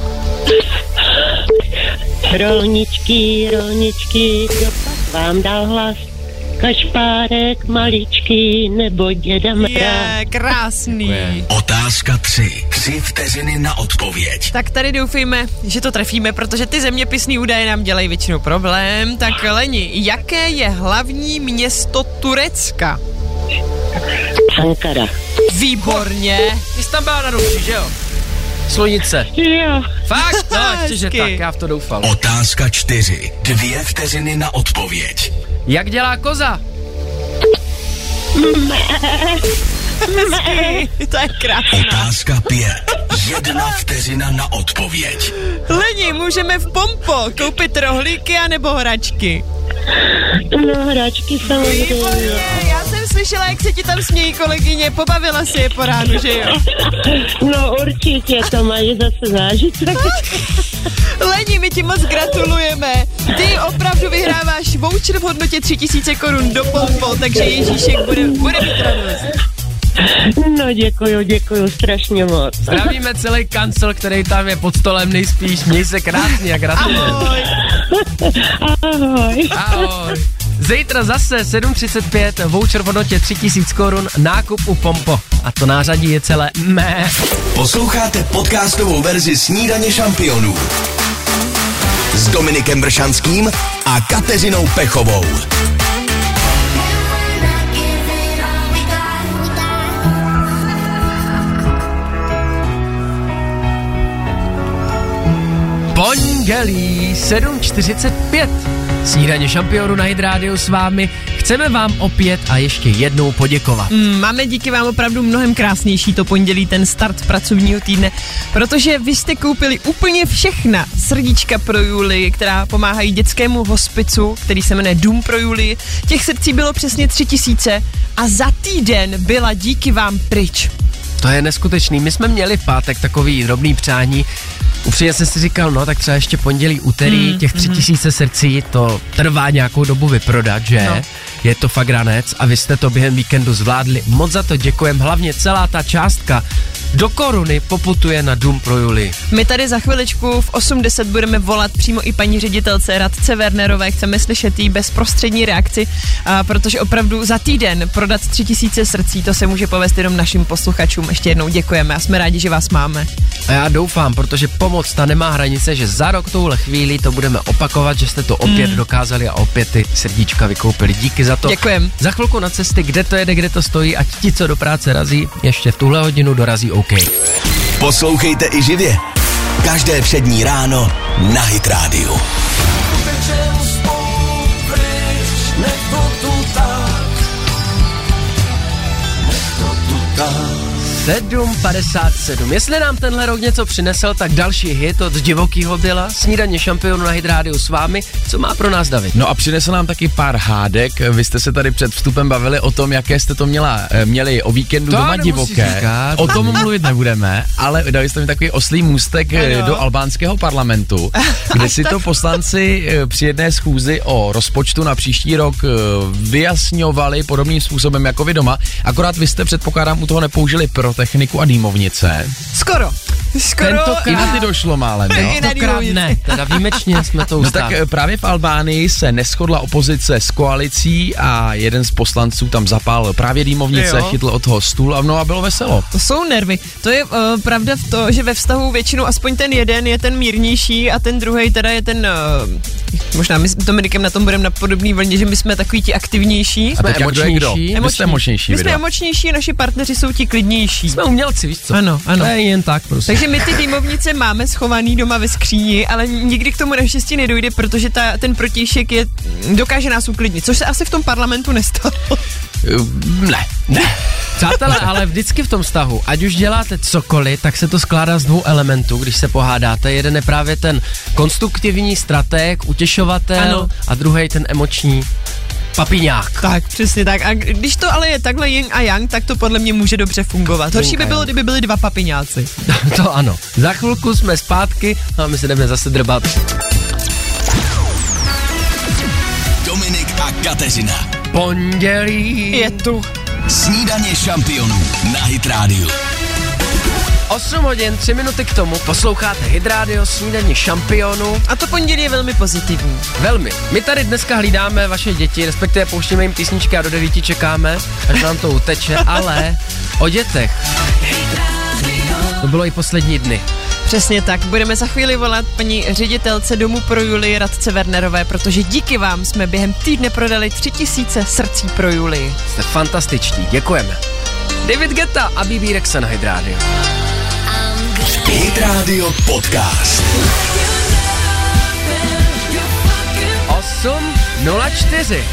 Rolničky, rolničky, kdo pak vám dal hlas? Kašpárek, maličký nebo děda Mráz. Je, krásný. Otázka tři. Tři vteřiny na odpověď. Tak tady doufejme, že to trefíme, protože ty zeměpisný údaje nám dělají většinou problém. Tak Leni, jaké je hlavní město Turecka? Ankara. Výborně. Ty jsi tam byla na ruči, že jo? Slunice. Jo. Fakt? No, ještě, že Hezky. tak, já v to doufal. Otázka čtyři. Dvě vteřiny na odpověď. Jak dělá koza? To je krásná. Otázka pět. Jedna vteřina na odpověď. Leni, můžeme v Pompo koupit rohlíky anebo hračky. No, hračky samozřejmě. Výborně, já jsem slyšela, jak se ti tam smějí kolegyně, pobavila si je po ránu, že jo? No určitě, to mají zase zážitek. Leni, my ti moc gratulujeme. Ty opravdu vyhráváš voucher v hodnotě tři tisíce korun do Pompo, takže Ježíšek bude, bude mít radost. No děkuju, děkuju strašně moc. Zdravíme celý kancel, který tam je pod stolem nejspíš. Měj se krásně a gratulujeme. Ahoj. Ahoj. Ahoj. Zítra zase sedm třicet pět, voucher v hodnotě tři tisíce korun, nákup u Pompo. A to nářadí je celé mé. Posloucháte podcastovou verzi Snídaně šampionů s Dominikem Bršanským a Kateřinou Pechovou. Pondělí sedm čtyřicet pět. Snídaně šampionů na Hit Radio s vámi. Chceme vám opět a ještě jednou poděkovat. Mm, máme díky vám opravdu mnohem krásnější to pondělí, ten start pracovního týdne, protože vy jste koupili úplně všechna srdíčka pro Julii, která pomáhají dětskému hospicu, který se jmenuje Dům pro Julii. Těch srdcí bylo přesně tři tisíce a za týden byla díky vám pryč. To je neskutečný. My jsme měli v pátek takový drobný přání. Upřímně jsem si říkal, no tak třeba ještě pondělí, úterý, mm, těch tři tisíce mm. srdcí, to trvá nějakou dobu vyprodat, že? No. Je to fakt ranec a vy jste to během víkendu zvládli. Moc za to děkujem, hlavně celá ta částka do koruny poputuje na Dům pro Julii. My tady za chviličku v osm deset budeme volat přímo i paní ředitelce Radce Wernerové, chceme slyšet jí bezprostřední reakci, a protože opravdu za týden prodat tři tisíce srdcí, to se může povést jenom našim posluchačům. Ještě jednou děkujeme a jsme rádi, že vás máme. A já doufám, protože pomoc ta nemá hranice, že za rok touhle chvíli to budeme opakovat, že jste to opět mm. dokázali a opět ty srdíčka vykoupili. Díky za to. Děkujem. Za chvilku na cesty, kde to jede, kde to stojí, ať ti, co do práce razí, ještě v tuhle hodinu dorazí OK. Poslouchejte i živě. Každé přední ráno na Hit Radio. sedm padesát sedm. Jestli nám tenhle rok něco přinesl, tak další hit od Divokýho Billa, Snídaně šampionu na Hit Radio s vámi. Co má pro nás David? No a přinesl nám taky pár hádek. Vy jste se tady před vstupem bavili o tom, jaké jste to měla, měli o víkendu to doma divoké. Říkat. O tom mluvit nebudeme, ale dali jste mi takový oslý můstek ano. do albánského parlamentu, kde si to poslanci při jedné schůzi o rozpočtu na příští rok vyjasňovali podobným způsobem jako vy doma. Akorát vy jste, předpokládám, u toho nepoužili pyrotechniku a dýmovnice. Skoro. Skoro. I na ty došlo málem, jo? Tentokrát ne, teda výjimečně jsme to ustáli. No tak právě v Albánii se neshodla opozice s koalicí a jeden z poslanců tam zapálil právě dýmovnice, jo. chytl od toho stůl a no a bylo veselo. To jsou nervy. To je uh, pravda v to, že ve vztahu většinou aspoň ten jeden je ten mírnější a ten druhý teda je ten, uh, možná my s Dominikem na tom budeme na podobný vlně, že my jsme takový ti aktivnější. A teď emočnější. Kdo? Emoční. Vy jste emočnější. My jsme emočnější, naši partneři jsou ti klidnější. Jsme umělci, víš co? Ano, ano. To je jen tak prostě. Takže my ty dýmovnice máme schovaný doma ve skříni, ale nikdy k tomu naštěstí nedojde, protože ta, ten protějšek je, dokáže nás uklidnit, což se asi v tom parlamentu nestalo. Ne, ne. Přátelé, ale vždycky v tom vztahu, ať už děláte cokoliv, tak se to skládá z dvou elementů, když se pohádáte. Jeden je právě ten konstruktivní stratég, utěšovatel ano. a druhý ten emoční papiňák. Tak, přesně tak. A když to ale je takhle yin a yang, tak to podle mě může dobře fungovat. Horší by bylo, kdyby byli dva papiňáci. To ano. Za chvilku jsme zpátky a my se jdeme zase drbat. Dominik a Kateřina. Pondělí je tu. Snídaně šampionů na Hit Radio. osm hodin, tři minuty k tomu, posloucháte Hit Radio, Snídaně šampionů. A to pondělí je velmi pozitivní. Velmi. My tady dneska hlídáme vaše děti, respektive pouštíme jim písničky a do devíti čekáme, až nám to uteče, ale o dětech. To bylo i poslední dny. Přesně tak, budeme za chvíli volat paní ředitelce Domu pro Julii Radce Wernerové, protože díky vám jsme během týdne prodali tři tisíce srdcí pro Julii. Jste fantastičtí, děkujeme. David Guetta a B B Rexa na Hit Radio. Hit Radio Podcast. osm nula čtyři.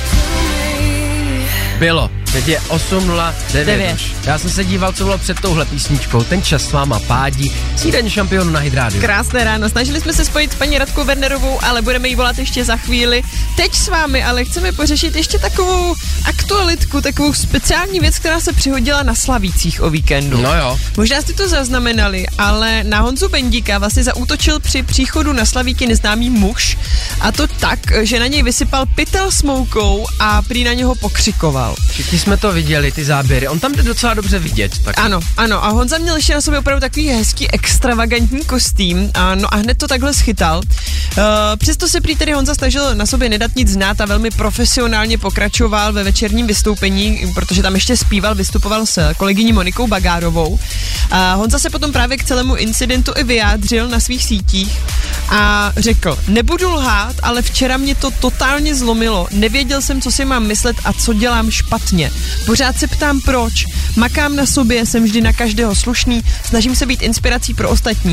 Bylo. Teď je osm nula devět. Já jsem se díval, co bylo před touhle písničkou. Ten čas s váma pádí. Snídaně šampionu na Hit Radio. Krásné ráno. Snažili jsme se spojit s paní Radkou Wernerovou, ale budeme jí volat ještě za chvíli. Teď s vámi, ale chceme pořešit ještě takovou aktualitku, takovou speciální věc, která se přihodila na Slavících o víkendu. No jo. Možná jste to zaznamenali, ale na Honzu Bendíka vlastně zaútočil při příchodu na Slavíky neznámý muž, a to tak, že na něj vysypal pytel s moukou a prý na něho pokřikoval. Všichni jsme to viděli, ty záběry. On tam jde docela dobře vidět. Tak. Ano, ano. A Honza měl ještě na sobě opravdu takový hezký, extravagantní kostým. A, no a hned to takhle schytal. Uh, přesto se prý tedy Honza snažil na sobě nedat nic znát a velmi profesionálně pokračoval ve večerním vystoupení, protože tam ještě zpíval, vystupoval s kolegyní Monikou Bagárovou. A Honza se potom právě k celému incidentu i vyjádřil na svých sítích a řekl: nebudu lhát, ale včera mě to totálně zlomilo. Nevěděl jsem, co si mám myslet a co dělám špatně. Pořád se ptám proč. Makám na sobě, jsem vždy na každého slušný, snažím se být inspirací pro ostatní.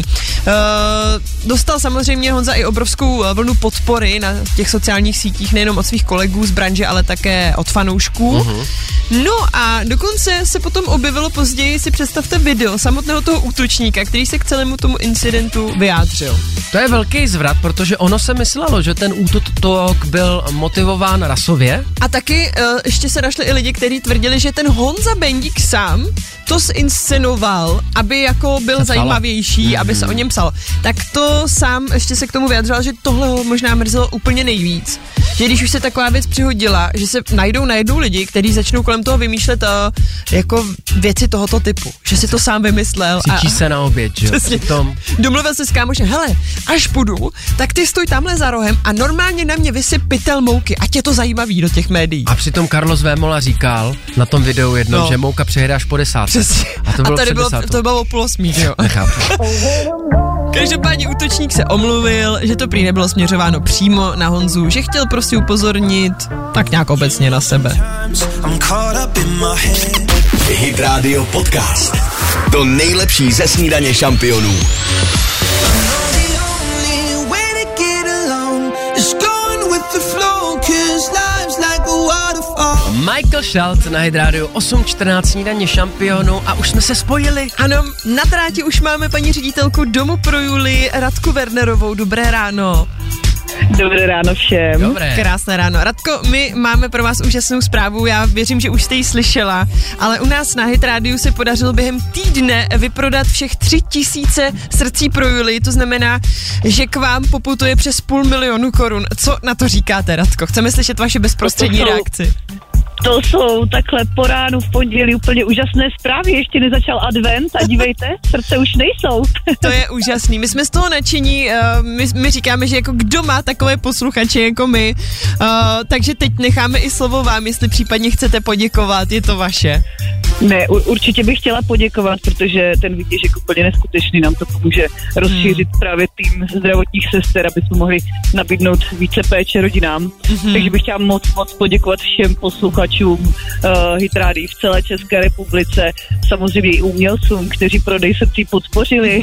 Uh, dostal samozřejmě Honza i obrovskou vlnu podpory na těch sociálních sítích, nejenom od svých kolegů z branže, ale také od fanoušků. Uh-huh. No a dokonce se potom objevilo později, si představte, video samotného toho útočníka, který se k celému tomu incidentu vyjádřil. To je velký zvrat, protože ono se myslelo, že ten útok byl motivován rasově. A taky uh, ještě se našli i lidi, kteří tvrdili, že ten Honza Bendík sám to zinscenoval, aby jako byl se zajímavější, mm. aby se o něm psalo. Tak to sám ještě se k tomu vyjadřoval, že tohle ho možná mrzelo úplně nejvíc. Že když už se taková věc přihodila, že se najdou najednou lidi, kteří začnou kolem toho vymýšlet uh, jako věci tohoto typu. Že si to sám vymyslel. Cíčí se na oběd, že? Přesně. Tom. Domluvil se s kámošem: hele, až půjdu, tak ty stoj tamhle za rohem a normálně na mě vysyp pytel mouky, ať je to zajímavý do těch médií. A přitom Carlos Vémola říkal na tom videu jednou, no. že mouka přijede až po desáté. Přesně. A to bylo a tady bylo, to bylo o půl osmí, jo. Nechápu. Každopádně útočník se omluvil, že to prý nebylo směřováno přímo na Honzu, že chtěl prostě upozornit tak nějak obecně na sebe. Hit Radio Podcast. To nejlepší ze Snídaně šampionů. Michael Schultz na Hit Radio osm čtrnáct snídaně šampionu a už jsme se spojili. Ano, na trátě už máme paní ředitelku Domu pro Julii Radku Wernerovou. Dobré ráno. Dobré ráno všem. Dobré. Krásné ráno. Radko, my máme pro vás úžasnou zprávu, já věřím, že už jste ji slyšela, ale u nás na Hit Rádiu se podařilo během týdne vyprodat všech tři tisíce srdcí pro Julii, to znamená, že k vám poputuje přes půl milionu korun. Co na to říkáte, Radko? Chceme slyšet vaše bezprostřední To jsou- reakci. To jsou takhle po ránu v pondělí úplně úžasné zprávy, ještě nezačal advent a dívejte, srdce už nejsou. To je úžasný. My jsme z toho nadšení, uh, my, my říkáme, že jako kdo má takové posluchače jako my, uh, takže teď necháme i slovo vám, jestli případně chcete poděkovat, je to vaše. Ne, u, určitě bych chtěla poděkovat, protože ten výtěžek úplně neskutečný, nám to pomůže rozšířit hmm. právě tým zdravotních sester, aby jsme mohli nabídnout více péče rodinám. Hmm. Takže bych chtěla moc, moc poděkovat všem posluchačům uh, Hit Radio v celé České republice, samozřejmě i umělcům, kteří prodej srdcí podpořili,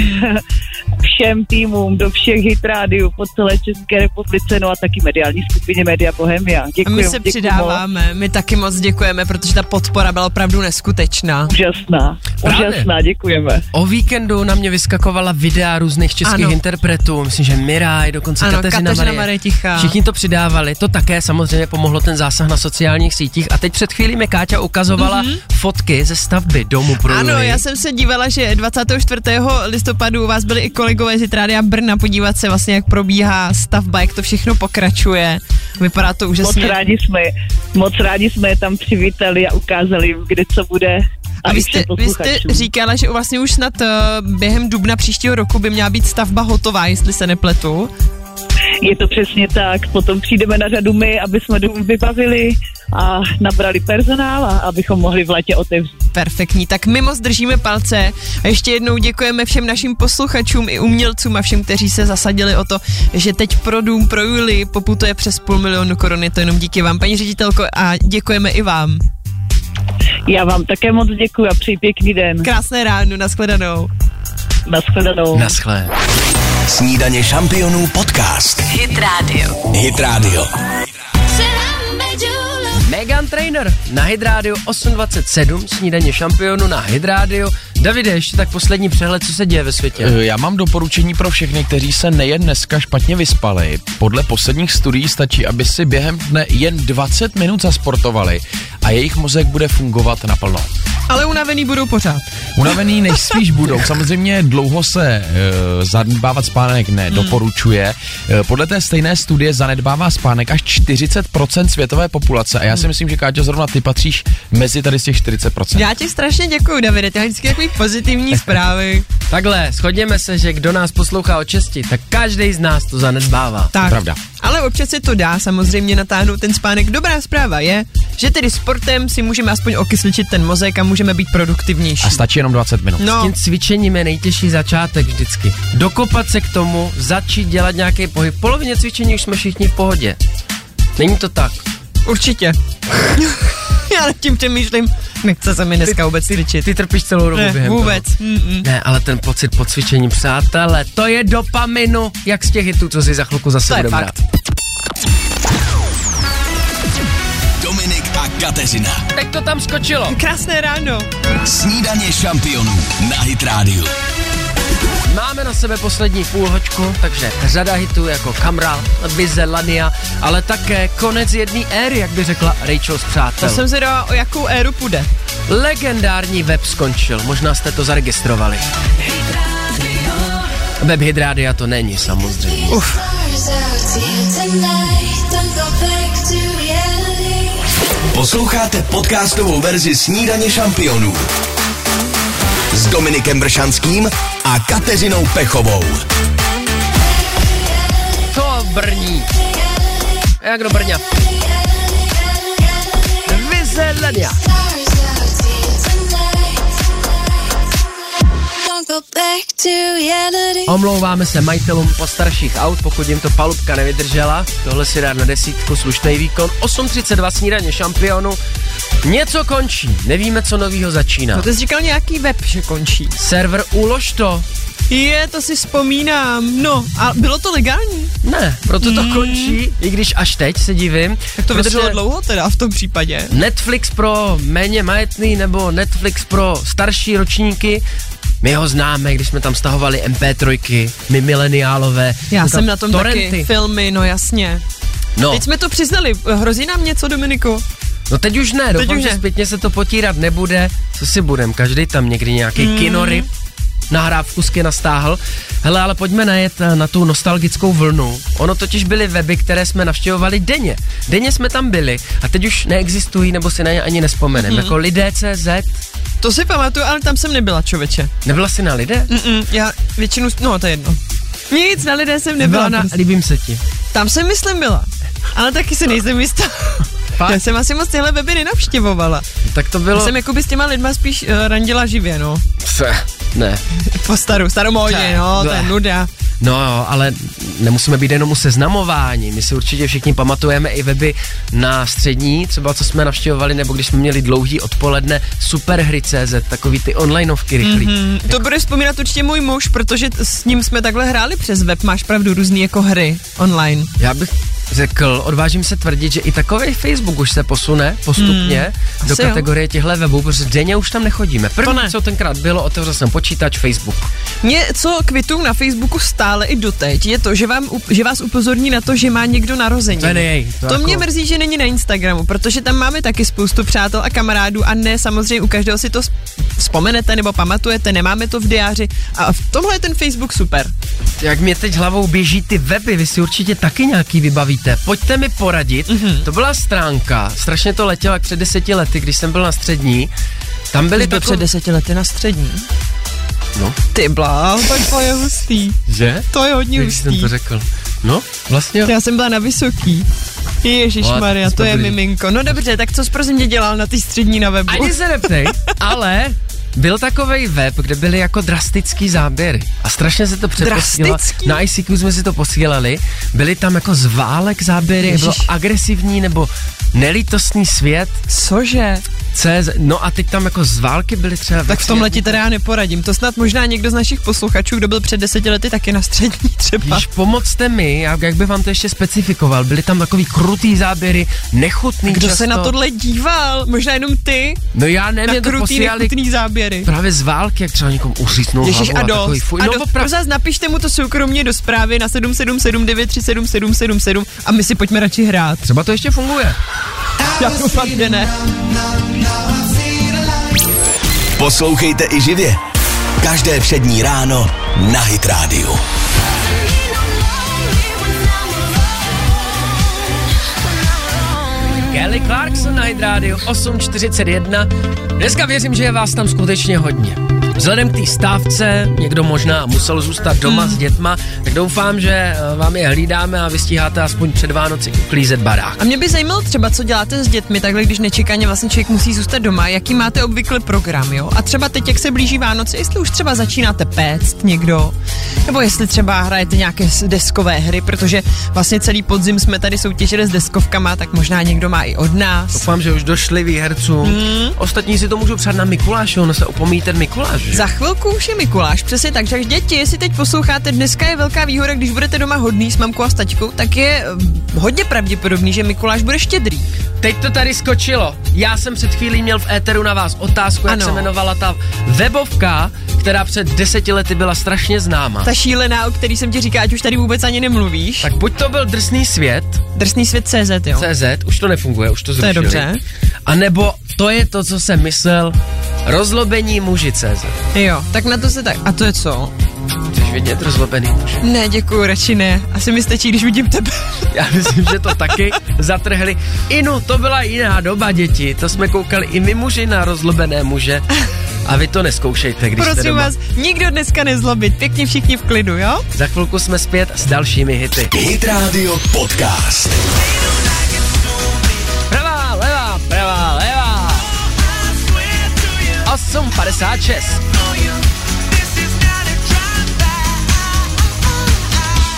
všem týmům do všech Hit Radio po celé České republice, no a taky mediální skupině Media Bohemia. Děkuji. A my se přidáváme, my taky moc děkujeme, protože ta podpora byla opravdu neskutečná. Úžasná, Právě. úžasná, děkujeme. O víkendu na mě vyskakovala videa různých českých Ano. interpretů, myslím, že Miraj, dokonce Ano, Kateřina, Kateřina Marie. Marie Tichá. Všichni to přidávali, to také samozřejmě pomohlo ten zásah na sociálních sítích a teď před chvílí mi Káťa ukazovala mm-hmm. fotky ze stavby Domu pro Ano, Julii. já jsem se dívala, že dvacátého čtvrtého listopadu u vás byli i kolegové z Hit Rádia Brna podívat se vlastně, jak probíhá stavba, jak to všechno pokračuje. Vypadá to Moc úžasně. rádi jsme, moc rádi jsme je tam přivítali a ukázali jim, kde co bude. A, A vy i všem jste, vy jste posluchačům. říkala, že vlastně už snad uh, během dubna příštího roku by měla být stavba hotová, jestli se nepletu. Je to přesně tak, potom přijdeme na řadu my, aby jsme dům vybavili a nabrali personál, a abychom mohli v létě otevřít. Perfektní, tak my moc držíme palce a ještě jednou děkujeme všem našim posluchačům i umělcům a všem, kteří se zasadili o to, že teď pro Dům pro Julii poputuje přes půl milionu korun, je to jenom díky vám, paní ředitelko, a děkujeme i vám. Já vám také moc děkuji a přeji pěkný den. Krásné ráno, nashledanou. Naschledanou. Naschle. Snídaně šampionů podcast. Hit Radio. Hit Radio. Meghan Trainor na Hit Radio osm dvacet sedm, snídaně šampionu na Hit Radio. Davide, ještě tak poslední přehled, co se děje ve světě. Eh, Já mám doporučení pro všechny, kteří se nejen dneska špatně vyspali. Podle posledních studií stačí, aby si během dne jen dvacet minut zasportovali a jejich mozek bude fungovat naplno. Ale unavený budou pořád. Unavený než spíš budou. Samozřejmě dlouho se e, zanedbávat spánek nedoporučuje. E, podle té stejné studie zanedbává spánek až čtyřicet procent světové populace a já si myslím, že Káťo, zrovna ty patříš mezi tady z těch čtyřicet procent. Já ti strašně děkuju, Davide, ty máš vždycky takový pozitivní zprávy. Takhle, shodněme se, že kdo nás poslouchá od česti, tak každý z nás to zanedbává. Tak, Pravda. ale občas se to dá samozřejmě natáhnout ten spánek. Dobrá zpráva je, že tedy sportem si můžeme aspoň okysličit ten mozek a můžeme být produktivnější. A stačí jenom dvacet minut. No, Tím cvičením je nejtěžší začátek vždycky. Dokopat se k tomu, začít dělat nějaký pohyb. Polovině cvičení už jsme všichni v pohodě. Není to tak. určitě. Já nad tím přemýšlím, nechce se mi dneska vůbec cvičit. Ty trpíš celou dobu Ne, během vůbec. toho. Mm-mm. Ne, ale ten pocit po cvičení, přátelé, to je dopaminu, jak z těch hitů, co si za chvilku zase To je budeme fakt. brát. Dominik a Kateřina. Tak to tam skočilo. Krásné ráno. Snídaně šampionů na Hit Radio. Máme na sebe poslední půlhočku, takže řada hitů jako Kamral, Vize, Lania, ale také konec jedné éry, jak by řekla Rachel z To Přátel. jsem zvědavá, o jakou éru půjde. Legendární web skončil, možná jste to zaregistrovali. Web Hit Rádia to není, samozřejmě. Uf. Posloucháte podcastovou verzi Snídaně šampionů s Dominikem Bršanským a Kateřinou Pechovou. To brní. Jak do Brňa. Vize, Lania. Omlouváme se majitelům postarších aut, pokud jim to palubka nevydržela. Tohle si dát na desítku, slušný výkon. osm třicet dva snídaně šampionu. Něco končí, nevíme, co novýho začíná. No ty jsi říkal nějaký web, že končí. Server Ulož to. Je, to si vzpomínám. No, a bylo to legální? Ne, proto to Mm. končí, i když až teď se divím. Tak to vydrželo Prostě dlouho teda v tom případě. Netflix pro méně majetný nebo Netflix pro starší ročníky. My ho známe, když jsme tam stahovali em pé tři, my mileniálové. Já jsme jsem na tom torrenty. taky filmy, no jasně. No, Teď jsme to přiznali, hrozí nám něco, Dominiko? no teď už ne, doufám, už že ne. zpětně se to potírat nebude. Co si budem, každý tam někdy nějaký mm. kinoryb nahrávku z kina stáhl. Hele, ale pojďme najet na tu nostalgickou vlnu. Ono totiž byly weby, které jsme navštěvovali denně. Denně jsme tam byli a teď už neexistují, nebo si na ně ani nespomenem. Mm. Jako lidé tečka cé zet. To si pamatuju, ale tam jsem nebyla, člověče. Nebyla jsi na lidé? Mm-mm, já většinu, no to je jedno. Nic, na lidé jsem nebyla. Byla na, prostě. líbím se ti. Tam jsem myslím byla, ale taky si nejsem jistá. Já jsem asi moc tyhle weby nenavštěvovala. Tak to bylo... Já jsem jakoby s těma lidma spíš uh, randila živě, no. Se, ne. Po staru, staromódně, no, to je nuda. No jo, ale nemusíme být jenom u seznamování. My si určitě všichni pamatujeme i weby na střední, třeba co jsme navštěvovali, nebo když jsme měli dlouhý odpoledne, superhry tečka cé zet, takový ty onlineovky rychlý. Mm-hmm. To bude vzpomínat určitě můj muž, protože t- s ním jsme takhle hráli přes web, máš pravdu, různý jako hry online. Já bych řekl, odvážím se tvrdit, že i takový Facebook už se posune postupně mm, do kategorie těchto webů, protože denně už tam nechodíme. První, co tenkrát bylo, otevřel jsem počítač, Facebook. Mě, co kvitu na Facebooku stále i doteď, je to, že, vám, že vás upozorní na to, že má někdo narozeniny. To je nej, to To jako... mě mrzí, že není na Instagramu, protože tam máme taky spoustu přátel a kamarádů a ne, samozřejmě u každého si to vzpomenete nebo pamatujete, nemáme to v diáři a v tomhle je ten Facebook super. Jak mě teď hlavou běží ty weby, vy si určitě taky nějaký vybavíte. Pojďte mi poradit. Mm-hmm. To byla stránka, strašně to letělo jak před deseti lety, když jsem byl na střední. Tam byly byl takov... před deseti lety na střední. No. Ty blá, tak to je hustý. Že? To je hodně Jak hustý. jsem to řekl. No, vlastně jo. Já jsem byla na vysoký. Ježišmarja, to je miminko. No dobře, tak co jsi prosím tě dělal na té střední na webu? Ani se neptej, ale byl takovej web, kde byly jako drastický záběry. A strašně se to přeposílalo. Na í cé ká jsme si to posílali. Byly tam jako z válek záběry, Ježiš. Bylo agresivní nebo nelítostný svět. Cože? C Z, no a teď tam jako z války byly třeba... Tak v tomhle ti teda já neporadím. To snad možná někdo z našich posluchačů, kdo byl před deseti lety taky na střední třeba. Když pomocte mi, jak, jak by vám to ještě specifikoval, byly tam takový krutý záběry, nechutný. Kdo často. se na tohle díval? Možná jenom ty? No já nevím, na mě to krutý, posílali nechutný záběry. právě z války, jak třeba někomu usítnul Ježiš, hlavu a dost, takový fuj. a No, dost. oprav... Prosím, napište mu to soukromně do zprávy na sedm sedm sedm devět tři sedm sedm sedm sedm a my si pojďme radši hrát. Třeba to ještě funguje. Já doufám, že ne. Poslouchejte i živě. Každé všední ráno na Hit Radio. Kelly Clarkson na Hit Radio osm čtyřicet jedna. Dneska věřím, že je vás tam skutečně hodně. Vzhledem k té stávce, někdo možná musel zůstat doma hmm. s dětma, tak doufám, že vám je hlídáme a vy stíháte aspoň před Vánoci uklízet barák. A mě by zajímalo třeba, co děláte s dětmi, takhle když nečekaně vlastně člověk musí zůstat doma, jaký máte obvykle program, jo? A třeba teď, jak se blíží Vánoce, jestli už třeba začínáte péct někdo, nebo jestli třeba hrajete nějaké deskové hry, protože vlastně celý podzim jsme tady soutěžili s deskovkama, tak možná někdo má i od nás. Doufám, že už došli výherců. Hmm. Ostatní si to můžou přát na Mikuláše, ono se opomíjí ten Mikuláš. Za chvilku už je Mikuláš, přesně tak, že děti, jestli teď posloucháte, dneska je velká výhoda, když budete doma hodný s mamkou a s taťkou, tak je hodně pravděpodobný, že Mikuláš bude štědrý. Teď to tady skočilo. Já jsem před chvílí měl v éteru na vás otázku, jak ano. se jmenovala ta webovka, která před deseti lety byla strašně známa. Ta šílená, o který jsem ti říká, ať už tady vůbec ani nemluvíš. Tak buď to byl Drsný svět. Drsný svět C Z, jo. C Z, už to nefunguje, už to zrušili. To je dobře. A nebo to je to, co jsem myslel, Rozlobení muži C Z. Jo, tak na to se tak. A to je co? Chceš vidět rozlobený muž? Ne, děkuju, radši ne. Asi mi stačí, když vidím tebe. Já myslím, že to taky zatrhli. Inu, to byla jiná doba, děti. To jsme koukali i my muži na rozlobené muže. A vy to neskoušejte, když Prosím jste doma. vás, nikdo dneska nezlobit. Pěkně všichni v klidu, jo? Za chvilku jsme zpět s dalšími hity. Hit Radio Podcast. Pravá, levá, pravá, levá. osm padesát šest.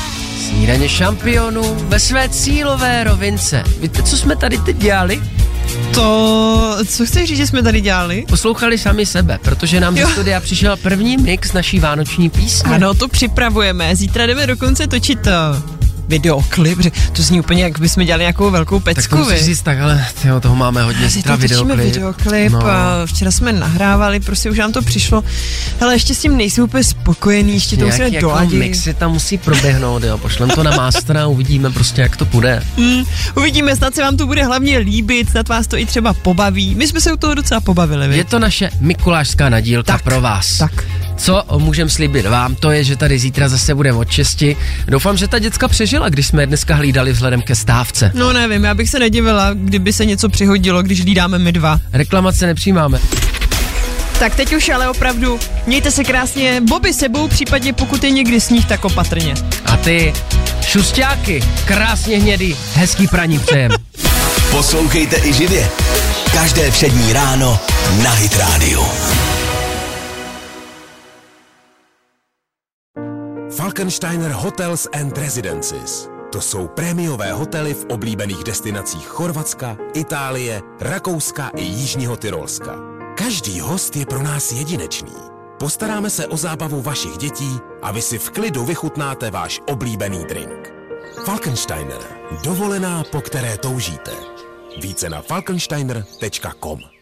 Snídaně šampionů ve své cílové rovince. Víte, co jsme tady teď dělali? To, co chceš říct, že jsme tady dělali? Poslouchali sami sebe, protože nám Jo. do studia přišel první mix naší vánoční písně. Ano, to připravujeme. Zítra jdeme dokonce točit uh, videoklip, že to zní úplně, jak bychom dělali nějakou velkou Tak to pecku, musíš vy. říct tak, ale tyjo, toho máme hodně, zítra videoklip. videoklip, No. a včera jsme nahrávali, prostě už nám to přišlo, ale ještě s tím nejsem úplně spokojený, ještě to musíme Nějaký jako doladit. mixy tam musí proběhnout, jo, pošlem to na mastera a uvidíme prostě, jak to půjde. Mm, uvidíme, snad se vám to bude hlavně líbit, snad vás to i třeba pobaví. My jsme se u toho docela pobavili, vy. Je to naše mikulášská nadílka Tak, pro vás. tak. Co můžem slíbit vám, to je, že tady zítra zase budeme od šesti. Doufám, že ta děcka přežila, když jsme je dneska hlídali vzhledem ke stávce. No nevím, já bych se nedivila, kdyby se něco přihodilo, když hlídáme my dva. Reklamace nepřijímáme. Tak teď už ale opravdu, mějte se krásně, boby sebou, případně pokud je někdy sníh, tak opatrně. A ty šusťáky, krásně hnědý, hezký praní přejem. Poslouchejte i živě. Každé všední ráno na Hit Radio. Falkensteiner Hotels and Residences. To jsou prémiové hotely v oblíbených destinacích Chorvatska, Itálie, Rakouska i Jižního Tyrolska. Každý host je pro nás jedinečný. Postaráme se o zábavu vašich dětí a vy si v klidu vychutnáte váš oblíbený drink. Falkensteiner. Dovolená, po které toužíte. Více na falkensteiner tečka com.